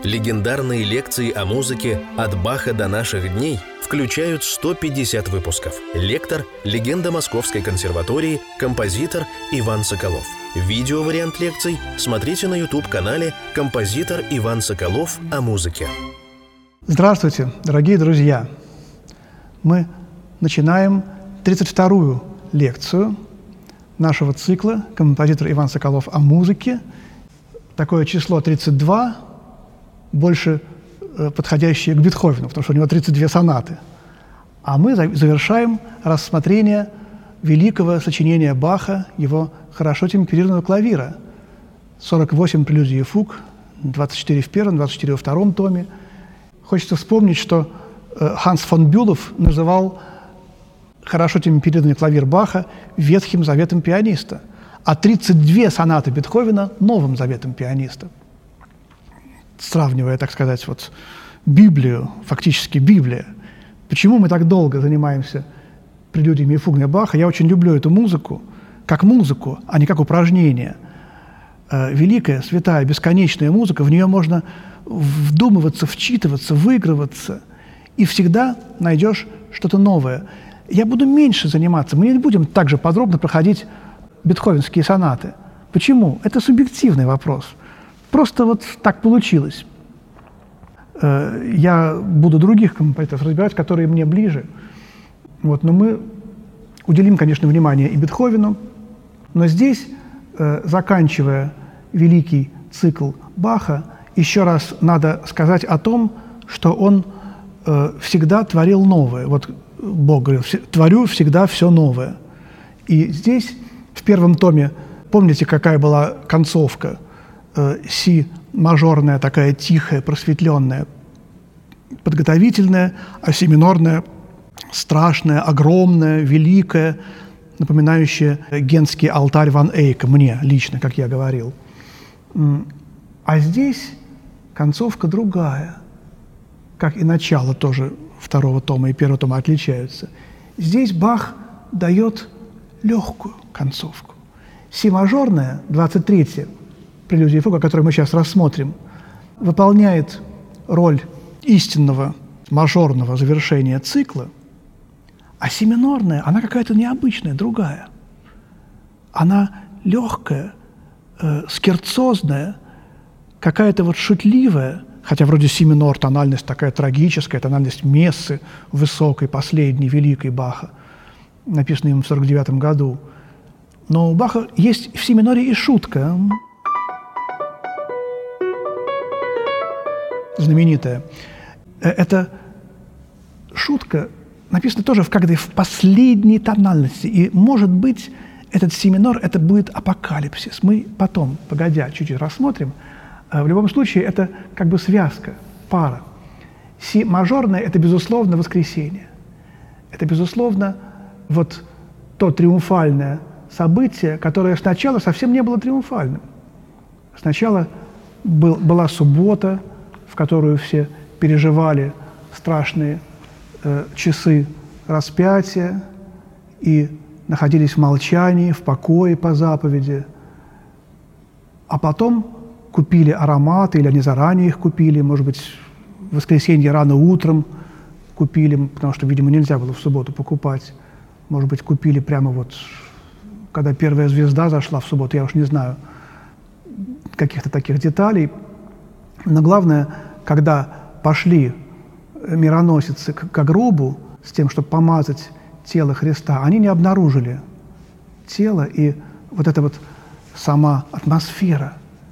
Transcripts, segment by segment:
Легендарные лекции о музыке «От Баха до наших дней» включают 150 выпусков. Лектор – легенда Московской консерватории, композитор Иван Соколов. Видеовариант лекций смотрите на YouTube-канале «Композитор Иван Соколов о музыке». Здравствуйте, дорогие друзья! Мы начинаем 32-ю лекцию нашего цикла «Композитор Иван Соколов о музыке». Такое число 32, больше подходящее к Бетховену, потому что у него 32 сонаты. А мы завершаем рассмотрение великого сочинения Баха, его хорошо темперированного клавира. 48 прелюдий и фуг, 24 в первом, 24 во втором томе. Хочется вспомнить, что Ханс фон Бюлов называл хорошо темперированный клавир Баха Ветхим Заветом пианиста, а 32 сонаты Бетховена – Новым Заветом пианиста. Сравнивая, так сказать, вот Библию, фактически Библия. Почему мы так долго занимаемся прелюдиями и фугами Баха? Я очень люблю эту музыку, а не как упражнение. Великая, святая, бесконечная музыка, в нее можно вдумываться, вчитываться, выигрываться, и всегда найдешь что-то новое. Я буду меньше заниматься, мы не будем так же подробно проходить бетховенские сонаты. Почему? Это субъективный вопрос. Просто вот так получилось. Я буду других композиторов разбирать, которые мне ближе. Вот, но мы уделим, конечно, внимание и Бетховену. Но здесь, заканчивая великий цикл Баха, еще раз надо сказать о том, что он всегда творил новое. Вот Бог говорил: «Творю всегда все новое». И здесь, в первом томе, помните, какая была концовка? Си мажорная, такая тихая, просветленная, подготовительная, а си минорная, страшная, огромная, великая, напоминающая Генский алтарь Ван Эйка, мне лично, как я говорил. А здесь концовка другая, как и начало тоже второго тома и первого тома отличаются. Здесь Бах дает легкую концовку. Си мажорная, 23-я, прелюдия и фуга, которую мы сейчас рассмотрим, выполняет роль истинного мажорного завершения цикла, а си минорная, она какая-то необычная, другая. Она легкая, скерцозная, какая-то вот шутливая, хотя вроде си минор, тональность такая трагическая, тональность мессы высокой, последней, великой Баха, написанной им в 49 году. Но у Баха есть в си миноре и шутка, знаменитая. Эта шутка написана тоже в последней тональности. И, может быть, этот си минор – это будет апокалипсис. Мы потом, погодя, чуть-чуть рассмотрим. В любом случае, это как бы связка, пара. Си мажорная – это, безусловно, воскресение. Это, безусловно, вот то триумфальное событие, которое сначала совсем не было триумфальным. Сначала была суббота, в которую все переживали страшные часы распятия и находились в молчании, в покое по заповеди. А потом купили ароматы, или они заранее их купили, может быть, в воскресенье рано утром купили, потому что, видимо, нельзя было в субботу покупать. Может быть, купили прямо вот, когда первая звезда зашла в субботу, я уж не знаю каких-то таких деталей. Но главное, когда пошли мироносицы к гробу с тем, чтобы помазать тело Христа, они не обнаружили тело, и вот эта вот сама атмосфера,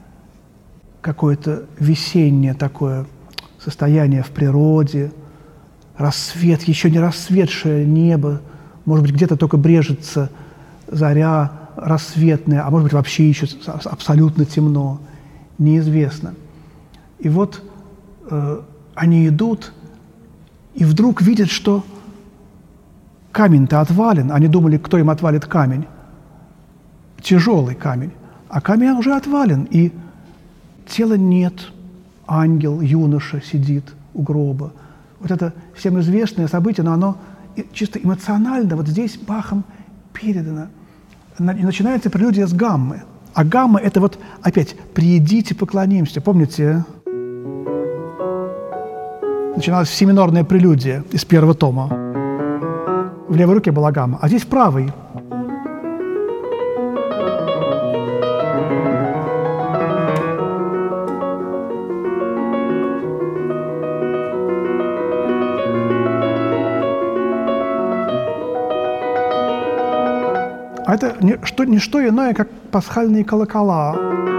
какое-то весеннее такое состояние в природе, рассвет, еще не рассветшее небо, может быть, где-то только брежется заря рассветная, а может быть, вообще еще абсолютно темно, неизвестно. И вот они идут, и вдруг видят, что камень-то отвален. Они думали, кто им отвалит камень. Тяжелый камень. А камень уже отвален, и тела нет. Ангел, юноша сидит у гроба. Вот это всем известное событие, но оно чисто эмоционально вот здесь Бахом передано. И начинается прелюдия с гаммы. А гамма – это вот опять «приидите, поклонимся». Помните? начиналась семинорная прелюдия из первого тома. В левой руке была гамма, а здесь в правой. А это не что иное, как пасхальные колокола.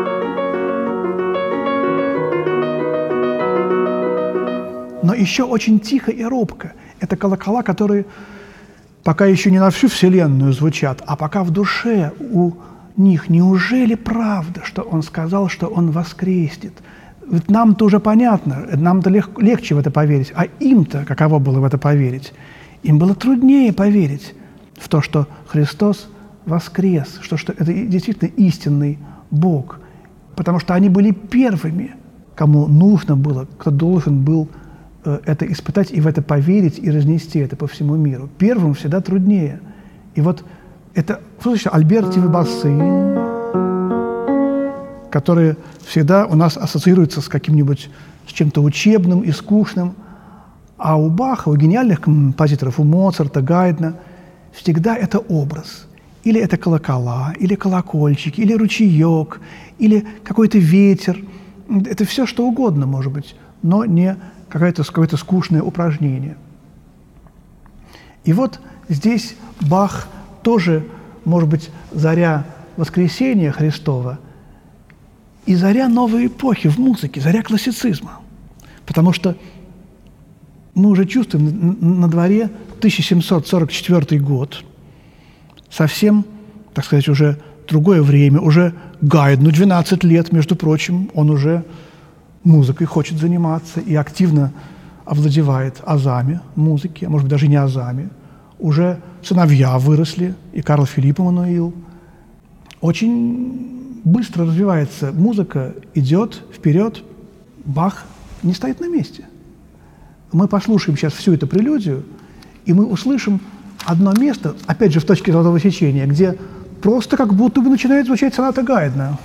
Но еще очень тихо и робко. Это колокола, которые пока еще не на всю Вселенную звучат, а пока в душе у них. Неужели правда, что Он сказал, что Он воскреснет? Ведь нам-то уже понятно, нам-то легче в это поверить, а им-то каково было в это поверить? Им было труднее поверить в то, что Христос воскрес, что это действительно истинный Бог, потому что они были первыми, кому нужно было, кто должен был это испытать и в это поверить, и разнести это по всему миру. Первым всегда труднее. И вот это, слушайте, альбертивы басы, которые всегда у нас ассоциируются с каким-нибудь, с чем-то учебным и скучным, а у Баха, у гениальных композиторов, у Моцарта, Гайдна, всегда это образ. Или это колокола, или колокольчики, или ручеек, или какой-то ветер. Это все, что угодно, может быть, но не какое-то скучное упражнение. И вот здесь Бах тоже, может быть, заря воскресения Христова и заря новой эпохи в музыке, заря классицизма. Потому что мы уже чувствуем, на дворе 1744 год, совсем, так сказать, уже другое время, уже Гайдну 12 лет, между прочим, он уже музыкой хочет заниматься и активно овладевает азами музыки, а может быть, даже не азами. Уже сыновья выросли, и Карл Филипп Эммануил. Очень быстро развивается музыка, идет вперед. Бах не стоит на месте. Мы послушаем сейчас всю эту прелюдию, и мы услышим одно место, опять же, в точке золотого сечения, где просто как будто бы начинает звучать соната Гайдна.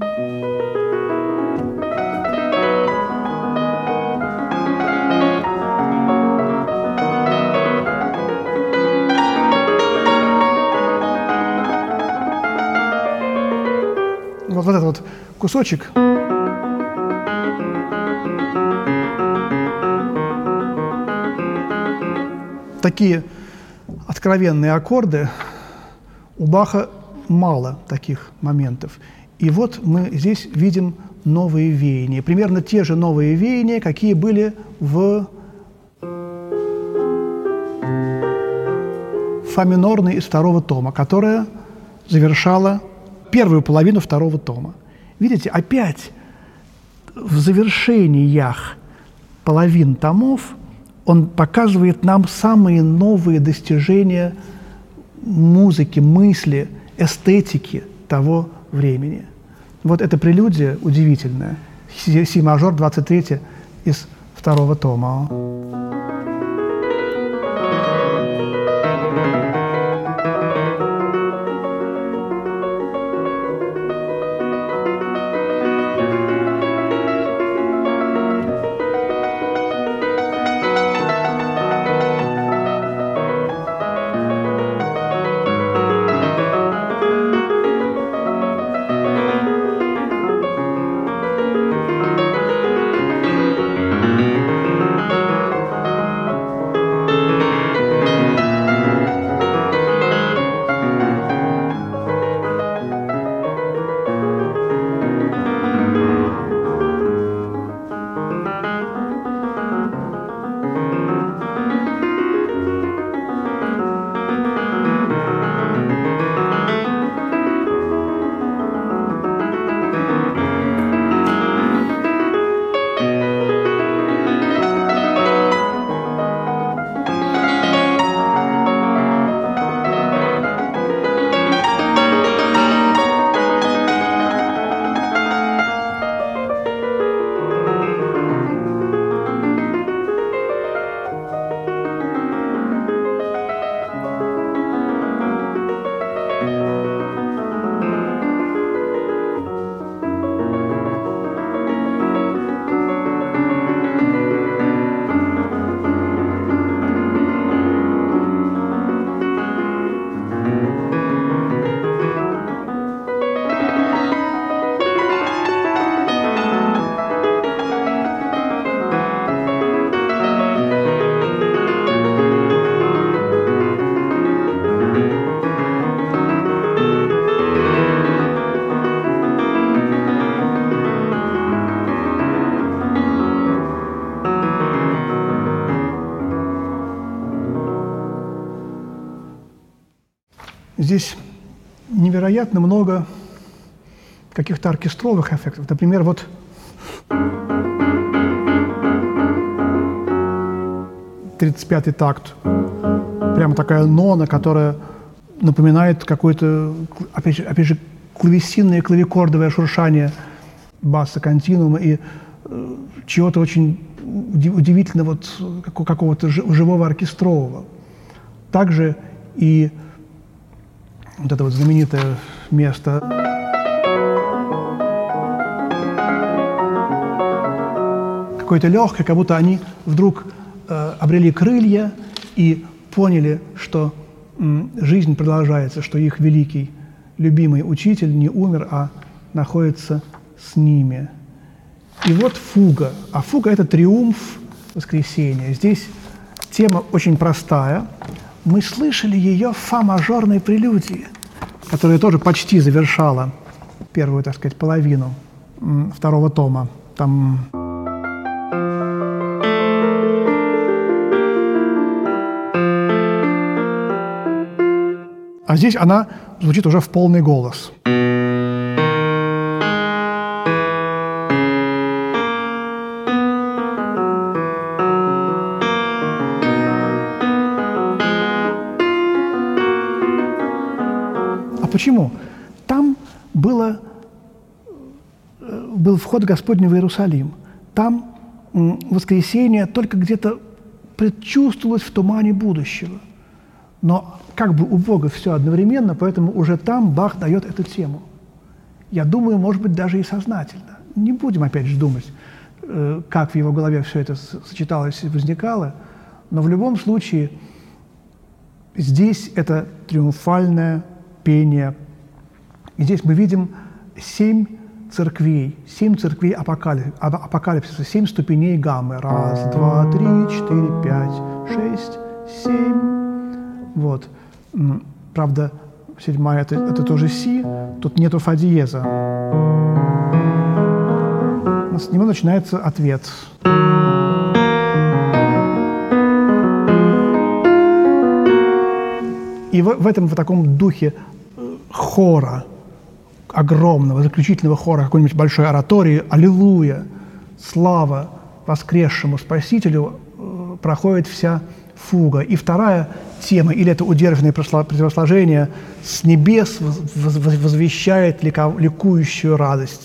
Вот этот вот кусочек. Такие откровенные аккорды. У Баха мало таких моментов. И вот мы здесь видим новые веяния. Примерно те же новые веяния, какие были в фа минорной из второго тома, которая завершала первую половину второго тома. Видите, опять в завершениях половин томов он показывает нам самые новые достижения музыки, мысли, эстетики того времени. Вот эта прелюдия удивительная. Си мажор, 23 из второго тома. здесь невероятно много каких-то оркестровых эффектов. Например, вот «35-й такт». Прямо такая нона, которая напоминает какое-то, опять же, клавесинное, клавикордовое шуршание баса континуума и чего-то очень удивительно вот какого-то живого оркестрового. Также и вот это вот знаменитое место какое-то легкое, как будто они вдруг обрели крылья и поняли, что жизнь продолжается, что их великий, любимый учитель не умер, а находится с ними. И вот фуга. А фуга – это триумф воскресения. Здесь тема очень простая. Мы слышали ее в фа-мажорной прелюдии, которая тоже почти завершала первую, так сказать, половину второго тома. Там а здесь она звучит уже в полный голос. А почему? Там был вход Господень в Иерусалим. Там воскресение только где-то предчувствовалось в тумане будущего. Но как бы у Бога все одновременно, поэтому уже там Бах дает эту тему. Я думаю, может быть, даже и сознательно. Не будем опять же думать, как в его голове все это сочеталось и возникало, но в любом случае здесь это триумфальное пение. И здесь мы видим 7 церквей апокалипсиса, 7 ступеней гаммы. 1, 2, 3, 4, 5, 6, 7. Вот. Правда, 7-я это тоже си, тут нету фа диеза. С него начинается ответ. И в этом, в таком духе хора, огромного, заключительного хора какой-нибудь большой оратории «Аллилуйя! Слава воскресшему Спасителю!» проходит вся фуга. И вторая тема, или это удержанное противосложение, с небес возвещает ликующую радость.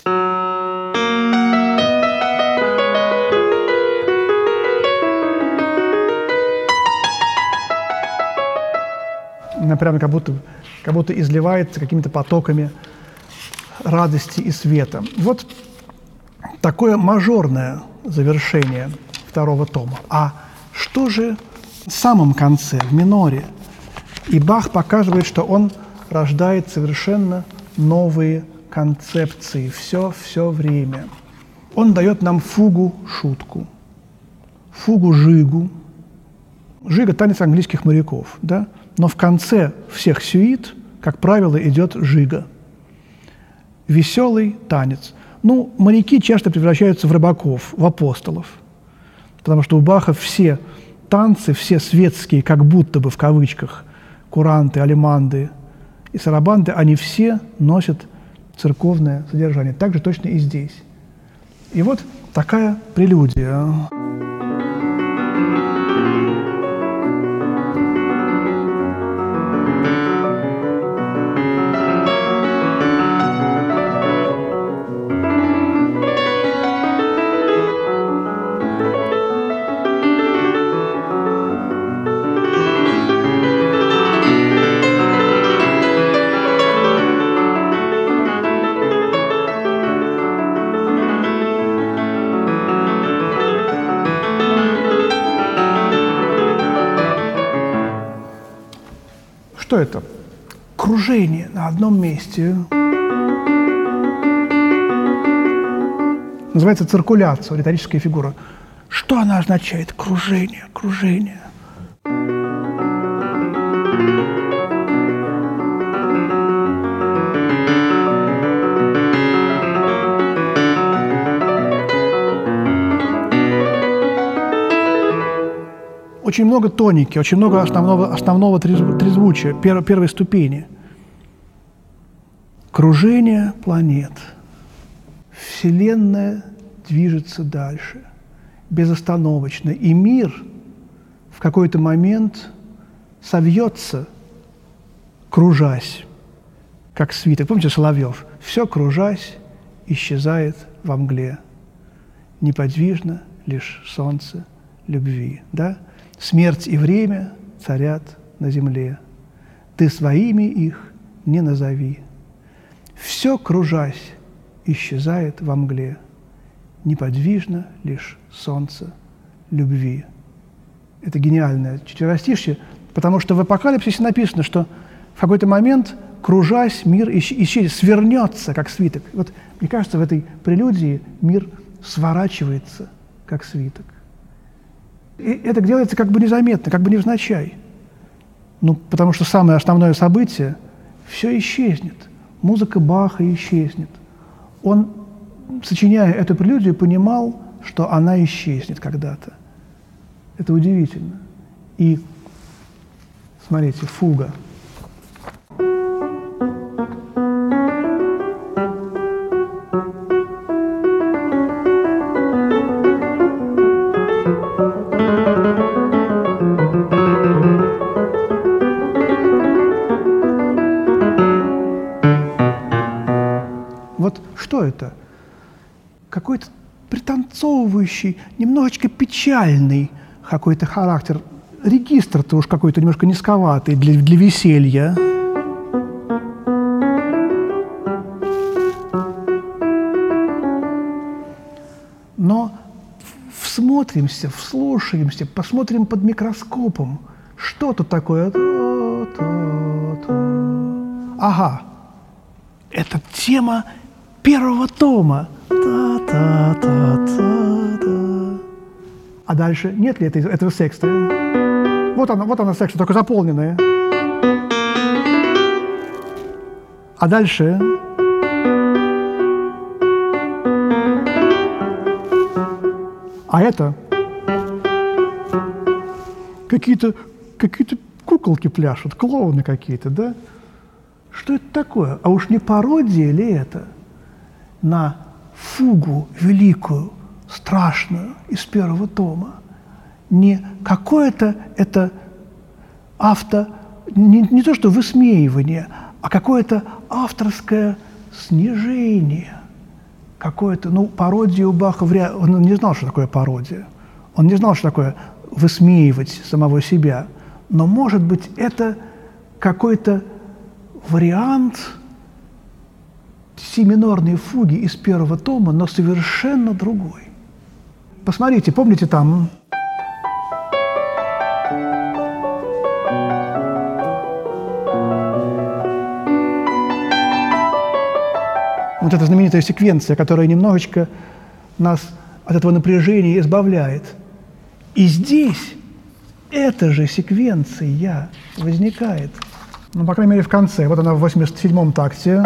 Прямо как будто изливается какими-то потоками радости и света. Вот такое мажорное завершение второго тома. А что же в самом конце, в миноре? И Бах показывает, что он рождает совершенно новые концепции все время. Он дает нам фугу-шутку, фугу-жигу. Жига – танец английских моряков, да? Но в конце всех сюит, как правило, идет жига. Веселый танец. Ну, моряки часто превращаются в рыбаков, в апостолов, потому что у Баха все танцы, все светские, как будто бы в кавычках, куранты, алеманды и сарабанды, они все носят церковное содержание. Так же точно и здесь. И вот такая прелюдия. Что это? Кружение на одном месте. Называется циркуляция, риторическая фигура. Что она означает? Кружение, кружение. Очень много тоники, очень много основного трезвучия, первой ступени. кружение планет. Вселенная движется дальше, безостановочно. И мир в какой-то момент совьется, кружась, как свиток. Помните Соловьев? Все, кружась, исчезает во мгле. Неподвижно лишь солнце любви. Да? Смерть и время царят на земле. Ты своими их не назови. Все, кружась, исчезает во мгле. Неподвижно лишь солнце любви. Это гениальное четверостишье, потому что в Апокалипсисе написано, что в какой-то момент, кружась, мир исчезнет, свернется, как свиток. Вот, мне кажется, в этой прелюдии мир сворачивается, как свиток. И это делается как бы незаметно, как бы невзначай. Ну, потому что самое основное событие – все исчезнет. Музыка Баха исчезнет. Он, сочиняя эту прелюдию, понимал, что она исчезнет когда-то. Это удивительно. И, смотрите, фуга. Вот что это? Какой-то пританцовывающий, немножечко печальный какой-то характер. Регистр-то уж какой-то немножко низковатый для веселья. Но всмотримся, вслушаемся, посмотрим под микроскопом. Что тут такое? Ага, это тема первого тома. А дальше нет ли этого секста? Вот она секста, только заполненная. А дальше? А это? Какие-то куколки пляшут, клоуны какие-то, да? Что это такое? А уж не пародия ли это на фугу великую, страшную из первого тома? Не какое-то это не то что высмеивание, а какое-то авторское снижение. Какое-то, пародия у Баха, он не знал, что такое пародия. Он не знал, что такое высмеивать самого себя. Но, может быть, это какой-то вариант си-минорной фуги из первого тома, но совершенно другой. Посмотрите, помните там? Вот эта знаменитая секвенция, которая немножечко нас от этого напряжения избавляет. И здесь эта же секвенция возникает, по крайней мере, в конце. Вот она в 87-м такте.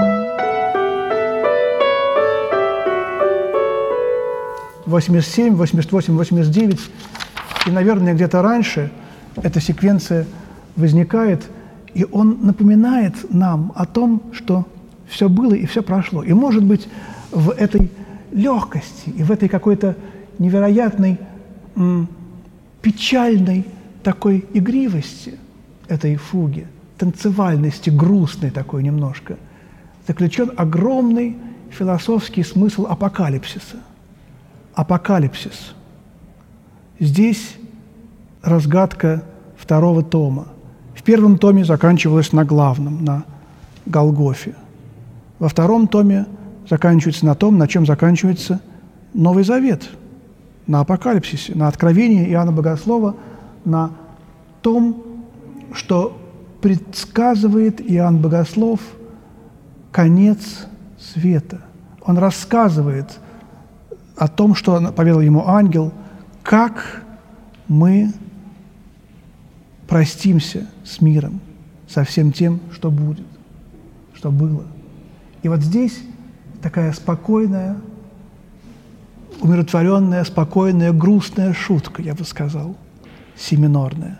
87, 88, 89. И, наверное, где-то раньше эта секвенция возникает, и он напоминает нам о том, что все было и все прошло. И, может быть, в этой легкости и в этой какой-то невероятной, печальной такой игривости этой фуги, танцевальности, грустной такой немножко, заключен огромный философский смысл апокалипсиса. Апокалипсис. Здесь разгадка второго тома. В первом томе заканчивалась на главном, на Голгофе. Во втором томе заканчивается на том, на чем заканчивается Новый Завет, на апокалипсисе, на откровении Иоанна Богослова, на том, что предсказывает Иоанн Богослов конец света. Он рассказывает о том, что поведал ему ангел, как мы простимся с миром, со всем тем, что будет, что было. И вот здесь такая спокойная, умиротворенная, спокойная, грустная шутка, я бы сказал, си-минорная.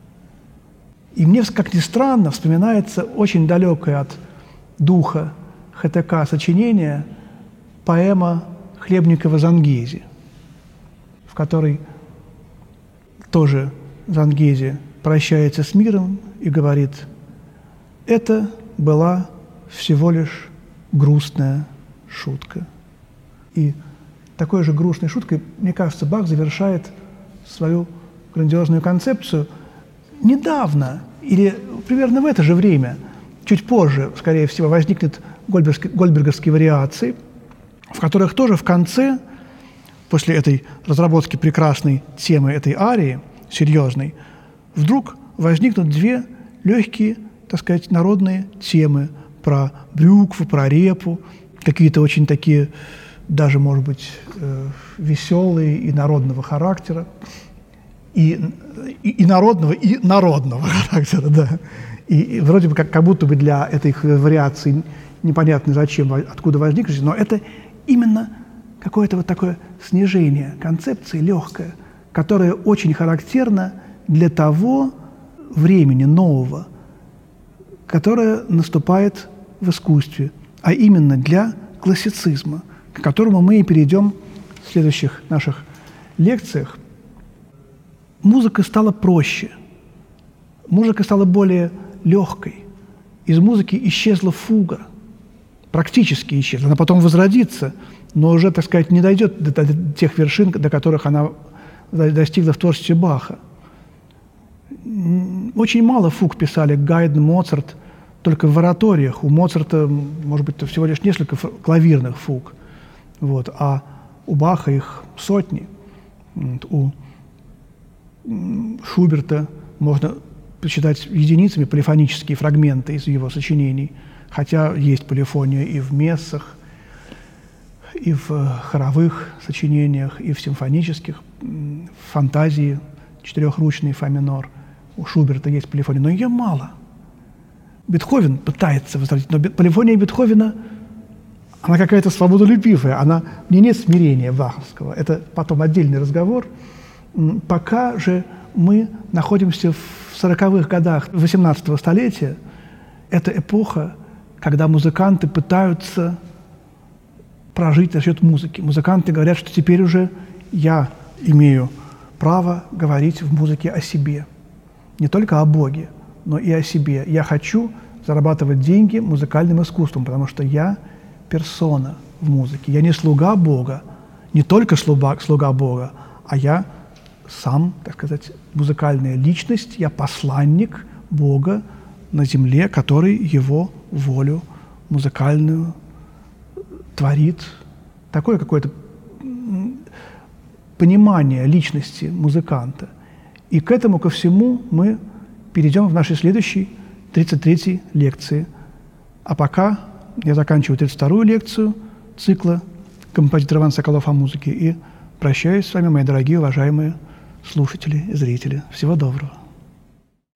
И мне, как ни странно, вспоминается очень далекое от духа ХТК сочинения поэма Хлебникова «Зангези», в которой тоже Зангези прощается с миром и говорит: «Это была всего лишь грустная шутка». И такой же грустной шуткой, мне кажется, Бах завершает свою грандиозную концепцию. Недавно, или примерно в это же время, чуть позже, скорее всего, возникнут гольдберговские вариации, в которых тоже в конце, после этой разработки прекрасной темы этой арии, серьезной, вдруг возникнут две легкие, так сказать, народные темы про брюкву, про репу, какие-то очень такие, даже, может быть, веселые и народного характера, и народного характера, да. И вроде бы как будто бы для этих вариаций непонятно зачем, откуда возникли, но это именно какое-то вот такое снижение концепции легкое, которое очень характерно для того времени нового, которое наступает в искусстве, а именно для классицизма, к которому мы и перейдем в следующих наших лекциях. Музыка стала проще, музыка стала более легкой. Из музыки исчезла фуга, практически исчезла. Она потом возродится, но уже, так сказать, не дойдет до тех вершин, до которых она достигла в творчестве Баха. Очень мало фуг писали Гайдн, Моцарт, только в ораториях. У Моцарта, может быть, всего лишь несколько клавирных фуг, вот, а у Баха их сотни. У Шуберта можно посчитать единицами полифонические фрагменты из его сочинений, хотя есть полифония и в мессах, и в хоровых сочинениях, и в симфонических, в фантазии четырехручный фа минор. У Шуберта есть полифония, но ее мало. Бетховен пытается возродить, но полифония Бетховена, она какая-то свободолюбивая, в ней нет смирения баховского. Это потом отдельный разговор. Пока же мы находимся в 40-х годах 18-го столетия, это эпоха, когда музыканты пытаются прожить за счет музыки. Музыканты говорят, что теперь уже я имею право говорить в музыке о себе. Не только о Боге, но и о себе. Я хочу зарабатывать деньги музыкальным искусством, потому что я персона в музыке. Я не слуга Бога, не только слуга Бога, а я сам, так сказать, музыкальная личность, я посланник Бога на земле, который его волю музыкальную творит. Такое какое-то понимание личности музыканта. И к этому, ко всему мы перейдем в нашей следующей 33-й лекции. А пока я заканчиваю 32-ю лекцию цикла «Композитор Иван Соколов о музыке» и прощаюсь с вами, мои дорогие, уважаемые слушатели и зрители. Всего доброго.